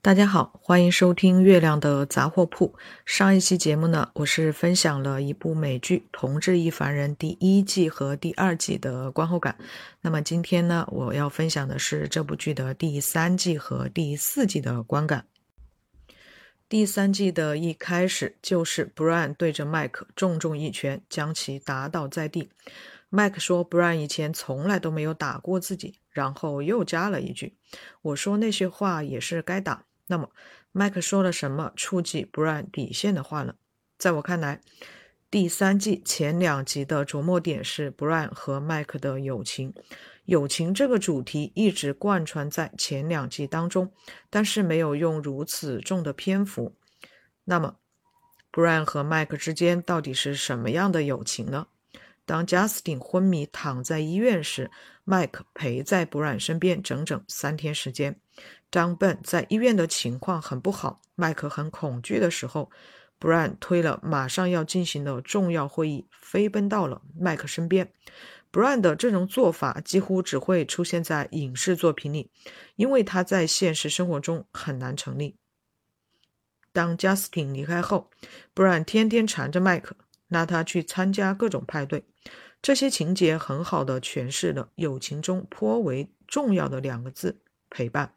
大家好，欢迎收听月亮的杂货铺。上一期节目呢，我是分享了一部美剧《同志亦凡人》第1季和第2季的观后感。那么今天呢，我要分享的是这部剧的第3季和第4季的观感。第3季的一开始就是 Brian 对着麦克重重一拳，将其打倒在地。麦克说 Brian 以前从来都没有打过自己，然后又加了一句，我说那些话也是该打。那么麦克说了什么触及 Brian 底线的话呢？在我看来，第3季前2集的着墨点是 Brian 和麦克的友情。友情这个主题一直贯穿在前2季当中，但是没有用如此重的篇幅。那么 Brian 和麦克之间到底是什么样的友情呢？当 Justin 昏迷躺在医院时，麦克陪在 Brian 身边整整3天时间。当 Ben 在医院的情况很不好，麦克很恐惧的时候， Brian 推了马上要进行的重要会议，飞奔到了麦克身边。Brian 的这种做法几乎只会出现在影视作品里，因为他在现实生活中很难成立。当 Justin 离开后， Brian 天天缠着麦克，拉他去参加各种派对。这些情节很好地诠释了友情中颇为重要的2个字：陪伴。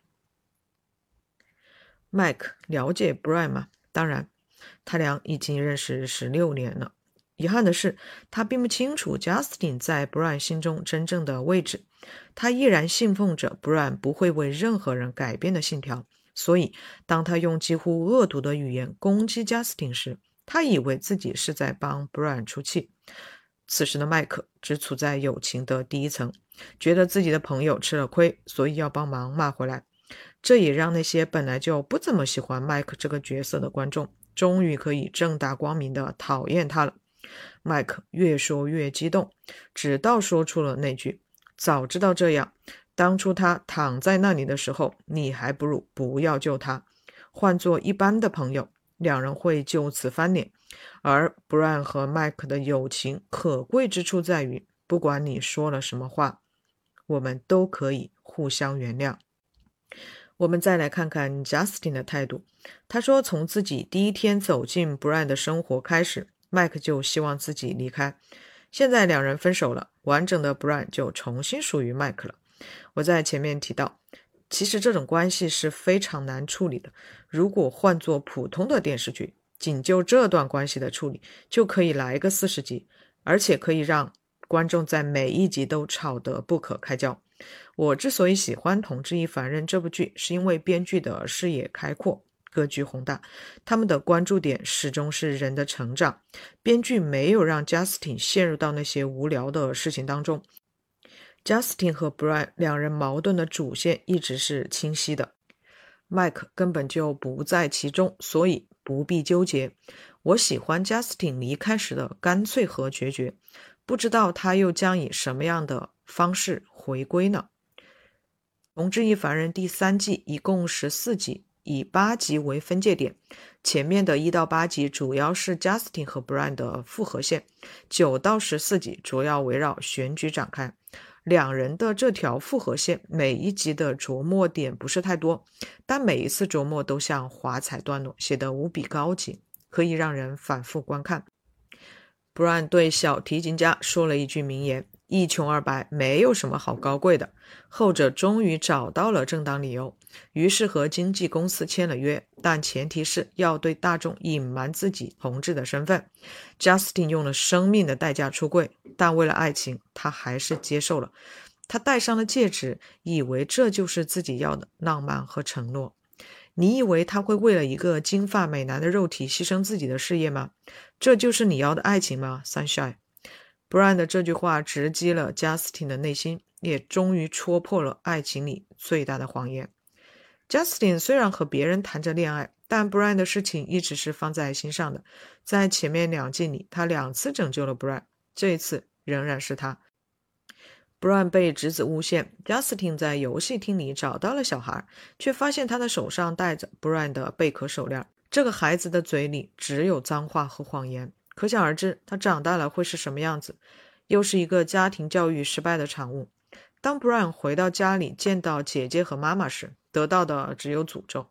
麦克了解 Brian 吗？当然，他俩已经认识16年了。遗憾的是，他并不清楚 Justin 在 Brian 心中真正的位置。他依然信奉着 Brian 不会为任何人改变的信条，所以当他用几乎恶毒的语言攻击 Justin 时，他以为自己是在帮 Brian 出气。此时的麦克只处在友情的第一层，觉得自己的朋友吃了亏，所以要帮忙骂回来。这也让那些本来就不怎么喜欢麦克这个角色的观众，终于可以正大光明的讨厌他了。麦克越说越激动，直到说出了那句，早知道这样，当初他躺在那里的时候，你还不如不要救他。换做一般的朋友，两人会就此翻脸。而 Brian 和麦克的友情可贵之处在于，不管你说了什么话，我们都可以互相原谅。我们再来看看 Justin 的态度。他说从自己第一天走进 Brian 的生活开始，麦克就希望自己离开。现在两人分手了，完整的 Brian 就重新属于麦克了。我在前面提到，其实这种关系是非常难处理的。如果换做普通的电视剧，仅就这段关系的处理，就可以来个40集，而且可以让观众在每一集都吵得不可开交。我之所以喜欢《同志亦凡人》这部剧，是因为编剧的视野开阔，格局宏大，他们的关注点始终是人的成长。编剧没有让 Justin 陷入到那些无聊的事情当中。Justin 和 Brian 两人矛盾的主线一直是清晰的，麦克根本就不在其中，所以不必纠结。我喜欢 Justin 离开时的干脆和决绝，不知道他又将以什么样的方式回归呢？同志亦凡人第3季一共14集，以8集为分界点。前面的1到8集主要是 Justin 和 Brian 的复合线，9到14集主要围绕选举展开。两人的这条复合线每一集的着墨点不是太多，但每一次着墨都像华彩段落，写得无比高级，可以让人反复观看。Brian 对小提琴家说了一句名言，一穷二白，没有什么好高贵的。后者终于找到了正当理由，于是和经纪公司签了约，但前提是要对大众隐瞒自己同志的身份。Justin 用了生命的代价出柜，但为了爱情，他还是接受了。他戴上了戒指，以为这就是自己要的浪漫和承诺。你以为他会为了一个金发美男的肉体牺牲自己的事业吗？这就是你要的爱情吗 Sunshine？ Brian 的这句话直击了 Justin 的内心，也终于戳破了爱情里最大的谎言。Justin 虽然和别人谈着恋爱，但 Brian 的事情一直是放在心上的。在前面2季里，他2次拯救了 Brian， 这一次仍然是他。Brian 被侄子诬陷， Justin 在游戏厅里找到了小孩，却发现他的手上戴着 Brian 的贝壳手链。这个孩子的嘴里只有脏话和谎言，可想而知他长大了会是什么样子，又是一个家庭教育失败的产物。当 Brian 回到家里见到姐姐和妈妈时，得到的只有诅咒。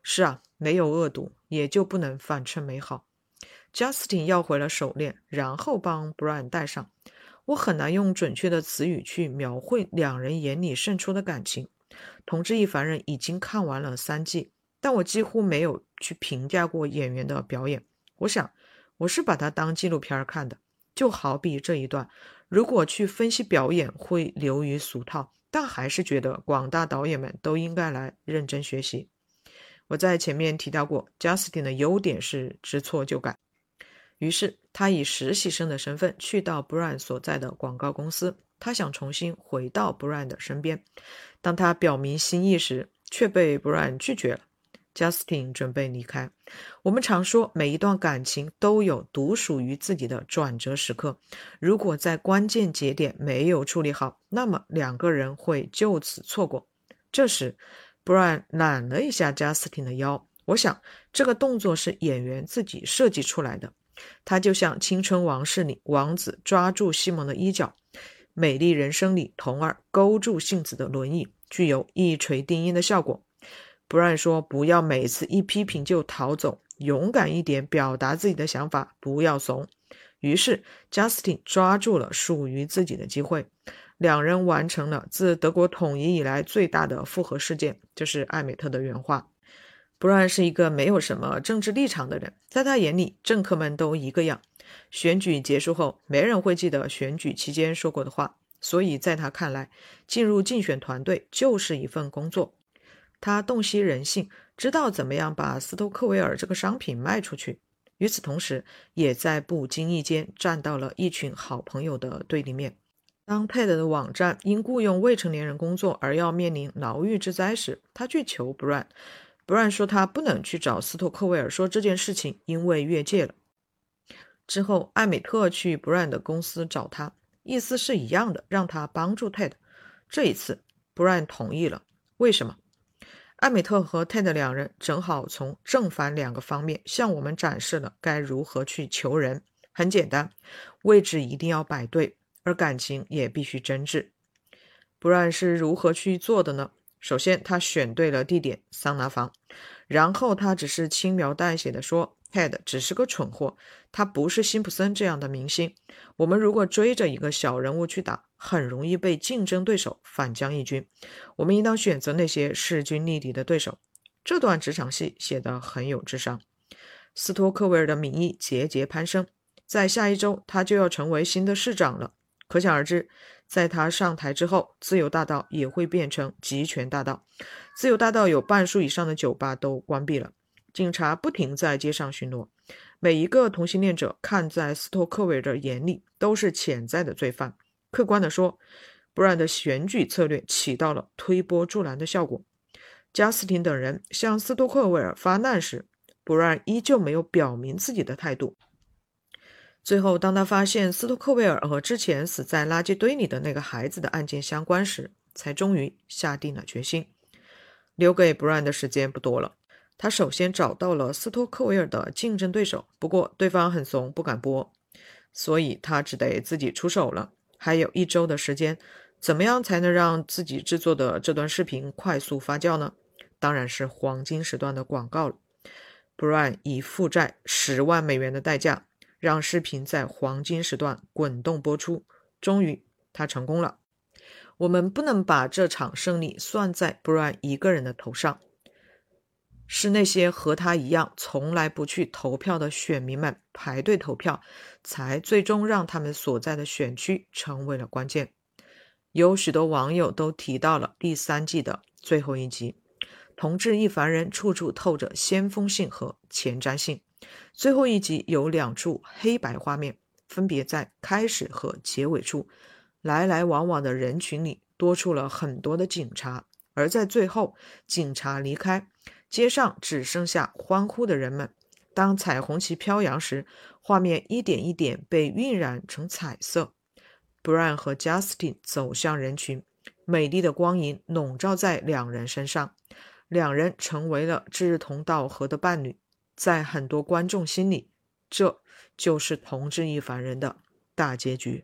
是啊，没有恶毒，也就不能反衬美好。Justin 要回了手链，然后帮 Brian 戴上。我很难用准确的词语去描绘两人眼里渗出的感情。同志亦凡人已经看完了3季，但我几乎没有去评价过演员的表演。我想，我是把它当纪录片看的。就好比这一段，如果去分析表演会流于俗套，但还是觉得广大导演们都应该来认真学习。我在前面提到过 Justin 的优点是知错就改，于是他以实习生的身份去到 Brian 所在的广告公司，他想重新回到 Brian 的身边。当他表明心意时，却被 Brian 拒绝了。Justin 准备离开。我们常说每一段感情都有独属于自己的转折时刻，如果在关键节点没有处理好，那么两个人会就此错过。这时 Brian 揽了一下 Justin 的腰，我想这个动作是演员自己设计出来的。他就像青春往事里王子抓住西蒙的衣角，美丽人生里童儿勾住杏子的轮椅，具有一锤定音的效果。Brian 说，不要每次一批评就逃走，勇敢一点表达自己的想法，不要怂。于是 Justin 抓住了属于自己的机会，两人完成了自德国统一以来最大的复合事件，这是艾美特的原话。Brian 是一个没有什么政治立场的人，在他眼里政客们都一个样，选举结束后没人会记得选举期间说过的话，所以在他看来，进入竞选团队就是一份工作。他洞悉人性，知道怎么样把斯托克维尔这个商品卖出去，与此同时也在不经意间站到了一群好朋友的对立面。当 TED 的网站因雇佣未成年人工作而要面临牢狱之灾时，他去求 Brian 说他不能去找斯托克维尔说这件事情，因为越界了。之后艾美特去 Brian 的公司找他，意思是一样的，让他帮助 TED。 这一次 Brian 同意了。为什么？艾美特和 TED 两人正好从正反两个方面向我们展示了该如何去求人。很简单，位置一定要摆对，而感情也必须真挚。Brian 是如何去做的呢？首先他选对了地点，桑拿房。然后他只是轻描淡写的说， TED 只是个蠢货，他不是辛普森这样的明星。我们如果追着一个小人物去打，很容易被竞争对手反将一军，我们应当选择那些势均力敌的对手。这段职场戏写得很有智商。斯托克维尔的民意节节攀升，在下一周他就要成为新的市长了。可想而知，在他上台之后，自由大道也会变成极权大道。自由大道有半数以上的酒吧都关闭了，警察不停在街上巡逻。每一个同性恋者看在斯托克维尔的眼里都是潜在的罪犯。客观地说，Brian 的选举策略起到了推波助澜的效果。加斯汀等人向斯托克维尔发难时， Brian 依旧没有表明自己的态度。最后当他发现斯托克维尔和之前死在垃圾堆里的那个孩子的案件相关时，才终于下定了决心。留给 Brian 的时间不多了，他首先找到了斯托克维尔的竞争对手，不过对方很怂，不敢播，所以他只得自己出手了。还有1周的时间，怎么样才能让自己制作的这段视频快速发酵呢？当然是黄金时段的广告了。Brian 以负债10万美元的代价，让视频在黄金时段滚动播出，终于他成功了。我们不能把这场胜利算在 Brian 一个人的头上，是那些和他一样从来不去投票的选民们排队投票，才最终让他们所在的选区成为了关键。有许多网友都提到了第3季的最后一集，同志亦凡人处处透着先锋性和前瞻性。最后一集有2处黑白画面，分别在开始和结尾处，来来往往的人群里多出了很多的警察，而在最后警察离开，街上只剩下欢呼的人们。当彩虹旗飘扬时，画面一点一点被晕染成彩色。Brian 和 Justin 走向人群，美丽的光影笼罩在2人身上，两人成为了志同道合的伴侣。在很多观众心里，这就是同志亦凡人的大结局。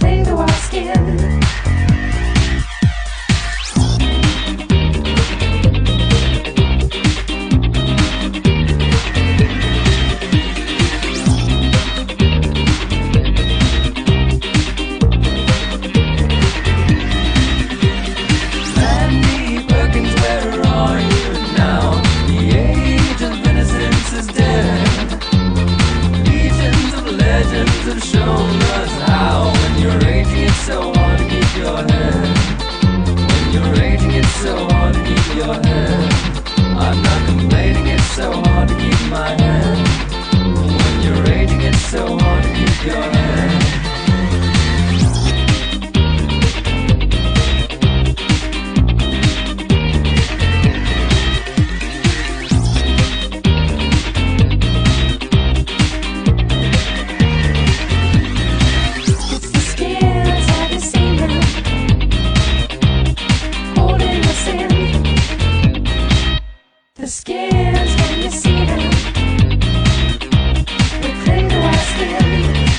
cling to our skin. Have shown us how. When you're raging, it's so hard to keep your head. When you're raging, it's so hard to keep your head. I'm not complaining, it's so hard to keep my head. When you're raging, it's so hard to keep your head. The skins, can you see them? We cling to our skin.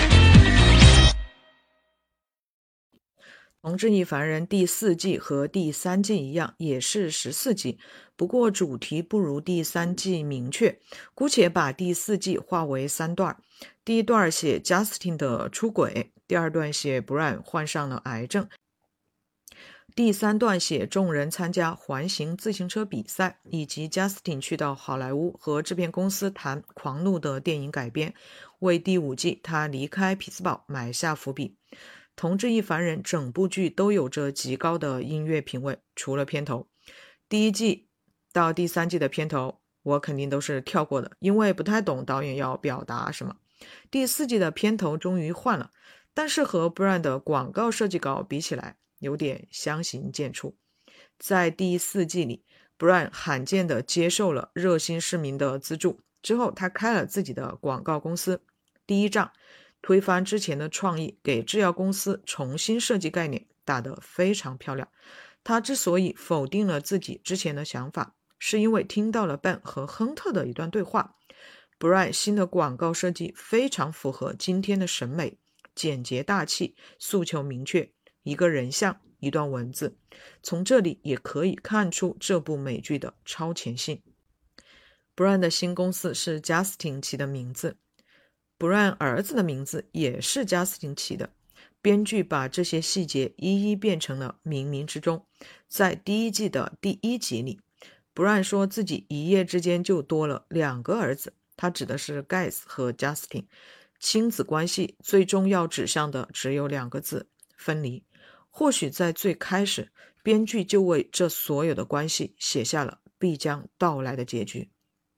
同志亦凡人第4季和第3季一样，也是14集，不过主题不如第3季明确，姑且把第4季划为3段。第一段写 Justin 的出轨，第二段写 Brian 患上了癌症，第3段写众人参加环形自行车比赛，以及 Justin 去到好莱坞和制片公司谈狂怒的电影改编，为第5季他离开匹兹堡埋下伏笔。同志亦凡人整部剧都有着极高的音乐品味，除了片头。第1季到第3季的片头我肯定都是跳过的，因为不太懂导演要表达什么。第4季的片头终于换了，但是和 Brian 的广告设计稿比起来有点相形见绌。在第4季里， Brian 罕见地接受了热心市民的资助，之后他开了自己的广告公司。第一仗推翻之前的创意，给制药公司重新设计概念，打得非常漂亮。他之所以否定了自己之前的想法，是因为听到了 Ben 和亨特的一段对话。 Brian 新的广告设计非常符合今天的审美，简洁大气，诉求明确，一个人像，一段文字。从这里也可以看出这部美剧的超前性。 Brian 的新公司是 Justin 起的名字， Brian 儿子的名字也是 Justin 起的。编剧把这些细节一一变成了冥冥之中。在第1季的第1集里， Brian 说自己一夜之间就多了2个儿子，他指的是 Guys 和 Justin。 亲子关系最终要指向的只有2个字：分离。或许在最开始，编剧就为这所有的关系写下了必将到来的结局。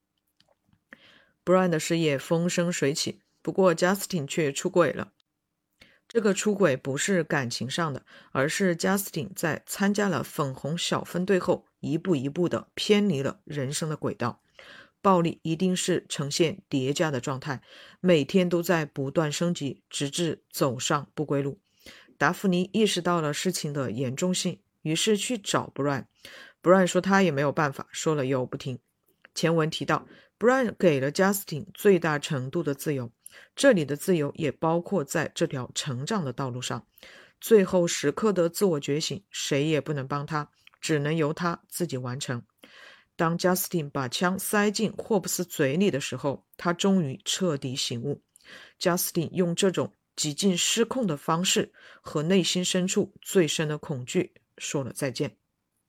Brian 的事业风生水起，不过 Justin 却出轨了。这个出轨不是感情上的，而是 Justin 在参加了粉红小分队后，一步一步地偏离了人生的轨道。暴力一定是呈现叠加的状态，每天都在不断升级，直至走上不归路。达芙妮意识到了事情的严重性，于是去找 Brian。Brian 说他也没有办法，说了又不听。前文提到 Brian 给了 Justin 最大程度的自由，这里的自由也包括在这条成长的道路上。最后时刻的自我觉醒，谁也不能帮他，只能由他自己完成。当 Justin 把枪塞进霍布斯嘴里的时候，他终于彻底醒悟。 Justin 用这种几近失控的方式和内心深处最深的恐惧说了再见。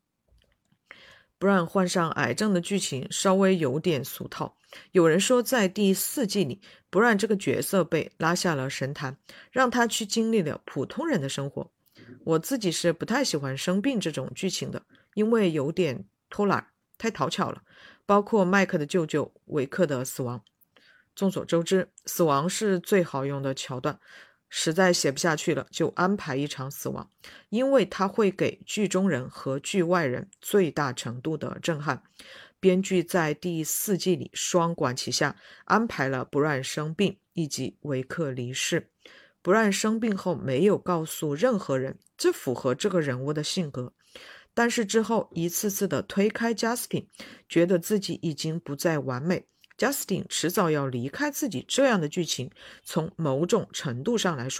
Brian 患上癌症的剧情稍微有点俗套，有人说在第4季里 Brian 这个角色被拉下了神坛，让他去经历了普通人的生活。我自己是不太喜欢生病这种剧情的，因为有点偷懒，太讨巧了，包括麦克的舅舅维克的死亡。众所周知，死亡是最好用的桥段，实在写不下去了，就安排一场死亡，因为它会给剧中人和剧外人最大程度的震撼。编剧在第4季里双管齐下，安排了Brian生病以及维克离世。Brian生病后没有告诉任何人，这符合这个人物的性格。但是之后一次次的推开 Justin， 觉得自己已经不再完美， Justin 迟早要离开自己，这样的剧情从某种程度上来说，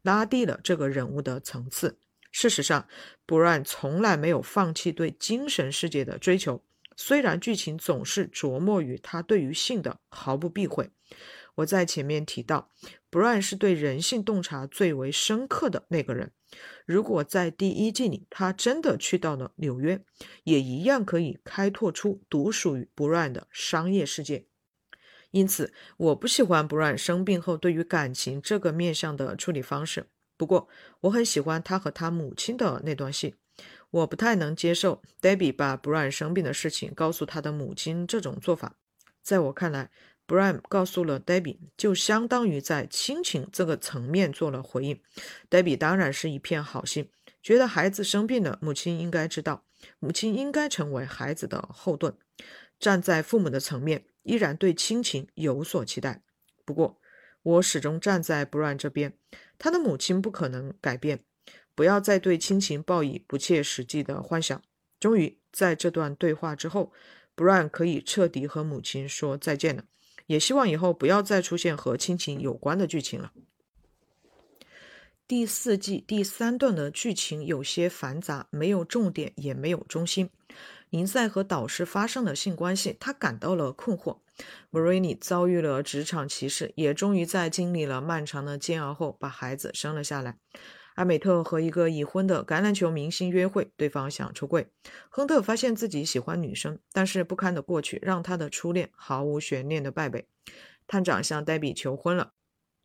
拉低了这个人物的层次。事实上，Brian 从来没有放弃对精神世界的追求，虽然剧情总是琢磨于他对于性的毫不避讳。我在前面提到，Brian 是对人性洞察最为深刻的那个人。如果在第1季里他真的去到了纽约，也一样可以开拓出独属于 Brian 的商业世界。因此，我不喜欢 Brian 生病后对于感情这个面向的处理方式。不过，我很喜欢他和他母亲的那段戏。我不太能接受 Debbie 把 Brian 生病的事情告诉他的母亲这种做法。在我看来，Brian 告诉了 Debbie， 就相当于在亲情这个层面做了回应。Debbie 当然是一片好心，觉得孩子生病了，母亲应该知道，母亲应该成为孩子的后盾。站在父母的层面，依然对亲情有所期待。不过，我始终站在 Brian 这边，他的母亲不可能改变，不要再对亲情抱以不切实际的幻想。终于，在这段对话之后，Brian 可以彻底和母亲说再见了，也希望以后不要再出现和亲情有关的剧情了。第4季第3段的剧情有些繁杂，没有重点，也没有中心。林赛和导师发生了性关系，他感到了困惑。Marini 遭遇了职场歧视，也终于在经历了漫长的煎熬后把孩子生了下来。阿美特和一个已婚的橄榄球明星约会，对方想出柜。亨特发现自己喜欢女生，但是不堪的过去让他的初恋毫无悬念的败北。探长向黛比求婚了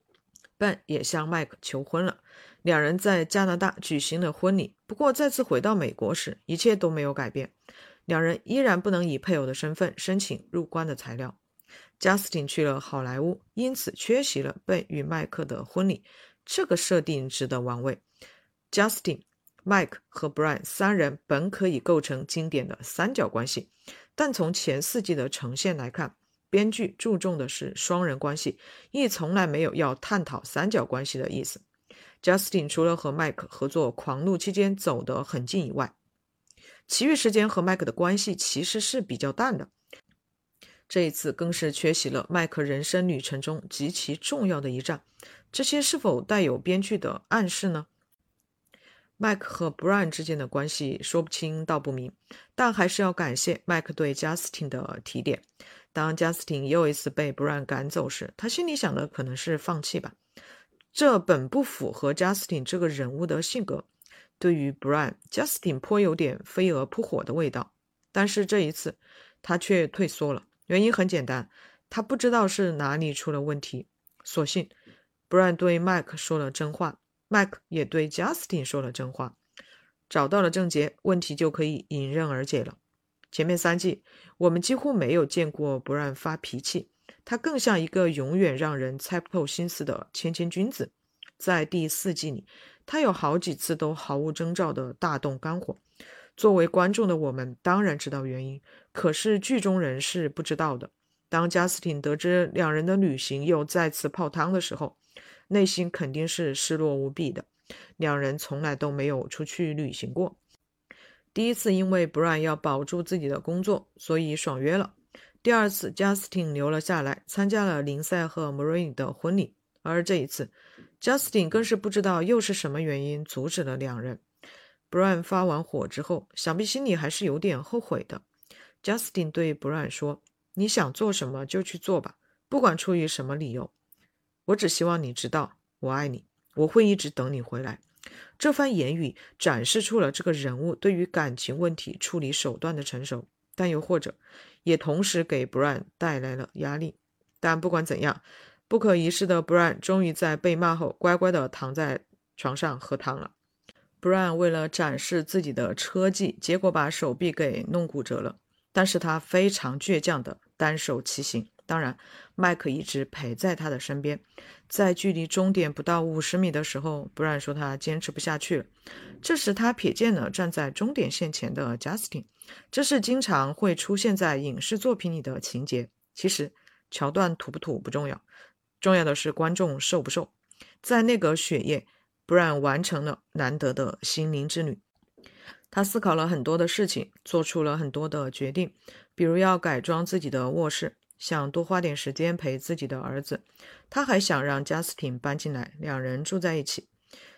，Ben 也向麦克求婚了。两人在加拿大举行了婚礼，不过再次回到美国时，一切都没有改变。两人依然不能以配偶的身份申请入关的材料。Justin 去了好莱坞，因此缺席了Ben 与麦克的婚礼。这个设定值得玩味。Justin、Mike 和 Brian 三人本可以构成经典的三角关系，但从前4季的呈现来看，编剧注重的是双人关系，亦从来没有要探讨三角关系的意思。Justin 除了和 Mike 合作狂怒期间走得很近以外，其余时间和 Mike 的关系其实是比较淡的。这一次更是缺席了麦克人生旅程中极其重要的一站，这些是否带有编剧的暗示呢？麦克和 Brian 之间的关系说不清道不明，但还是要感谢麦克对 Justin 的提点。当 Justin 又一次被 Brian 赶走时，他心里想的可能是放弃吧。这本不符合 Justin 这个人物的性格。对于 Brian， Justin 颇有点飞蛾扑火的味道，但是这一次他却退缩了。原因很简单，他不知道是哪里出了问题。所幸 Brian 对 Mike 说了真话， Mike 也对 Justin 说了真话，找到了症结，问题就可以迎刃而解了。前面3季我们几乎没有见过 Brian 发脾气，他更像一个永远让人猜不透心思的谦谦君子。在第4季里，他有好几次都毫无征兆的大动肝火。作为观众的我们当然知道原因，可是剧中人是不知道的。当 Justin 得知两人的旅行又再次泡汤的时候，内心肯定是失落无比的。两人从来都没有出去旅行过。第一次因为 Brian 要保住自己的工作，所以爽约了。第二次 Justin 留了下来，参加了林赛和 Maureen 的婚礼。而这一次 Justin 更是不知道又是什么原因阻止了两人。Brian 发完火之后，想必心里还是有点后悔的。Justin 对 Brian 说，你想做什么就去做吧，不管出于什么理由。我只希望你知道，我爱你，我会一直等你回来。这番言语展示出了这个人物对于感情问题处理手段的成熟，但又或者也同时给 Brian 带来了压力。但不管怎样，不可一世的 Brian 终于在被骂后乖乖地躺在床上喝汤了。Brian 为了展示自己的车技，结果把手臂给弄骨折了，但是他非常倔强的单手骑行。当然，麦克一直陪在他的身边。在距离终点不到50米的时候，Brian 说他坚持不下去了。这时他瞥见了站在终点线前的 Justin， 这是经常会出现在影视作品里的情节。其实桥段土不土不重要，重要的是观众受不受。在那个雪夜，Brian 完成了难得的心灵之旅。他思考了很多的事情，做出了很多的决定，比如要改装自己的卧室，想多花点时间陪自己的儿子。他还想让 Justin 搬进来，两人住在一起。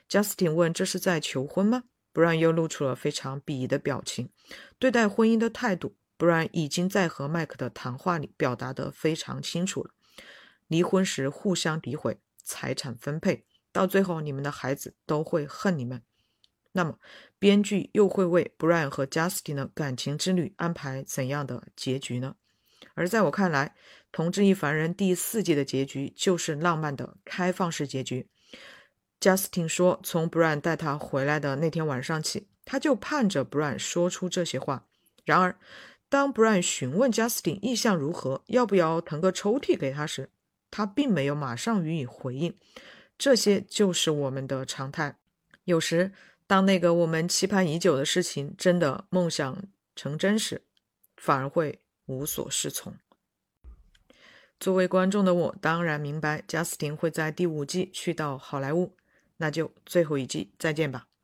Justin 问这是在求婚吗？Brian 又露出了非常鄙夷的表情。对待婚姻的态度，Brian 已经在和麦克的谈话里表达得非常清楚了。离婚时互相诋毁，财产分配，到最后你们的孩子都会恨你们。那么，编剧又会为 Brian 和 Justin 的感情之旅安排怎样的结局呢？而在我看来，《同志亦凡人》第4季的结局就是浪漫的开放式结局。Justin 说，从 Brian 带他回来的那天晚上起，他就盼着 Brian 说出这些话。然而，当 Brian 询问 Justin 意向如何，要不要腾个抽屉给他时，他并没有马上予以回应。这些就是我们的常态。有时，当那个我们期盼已久的事情真的梦想成真时，反而会无所适从。作为观众的我，当然明白 Justin 会在第5季去到好莱坞。那就最后一季再见吧。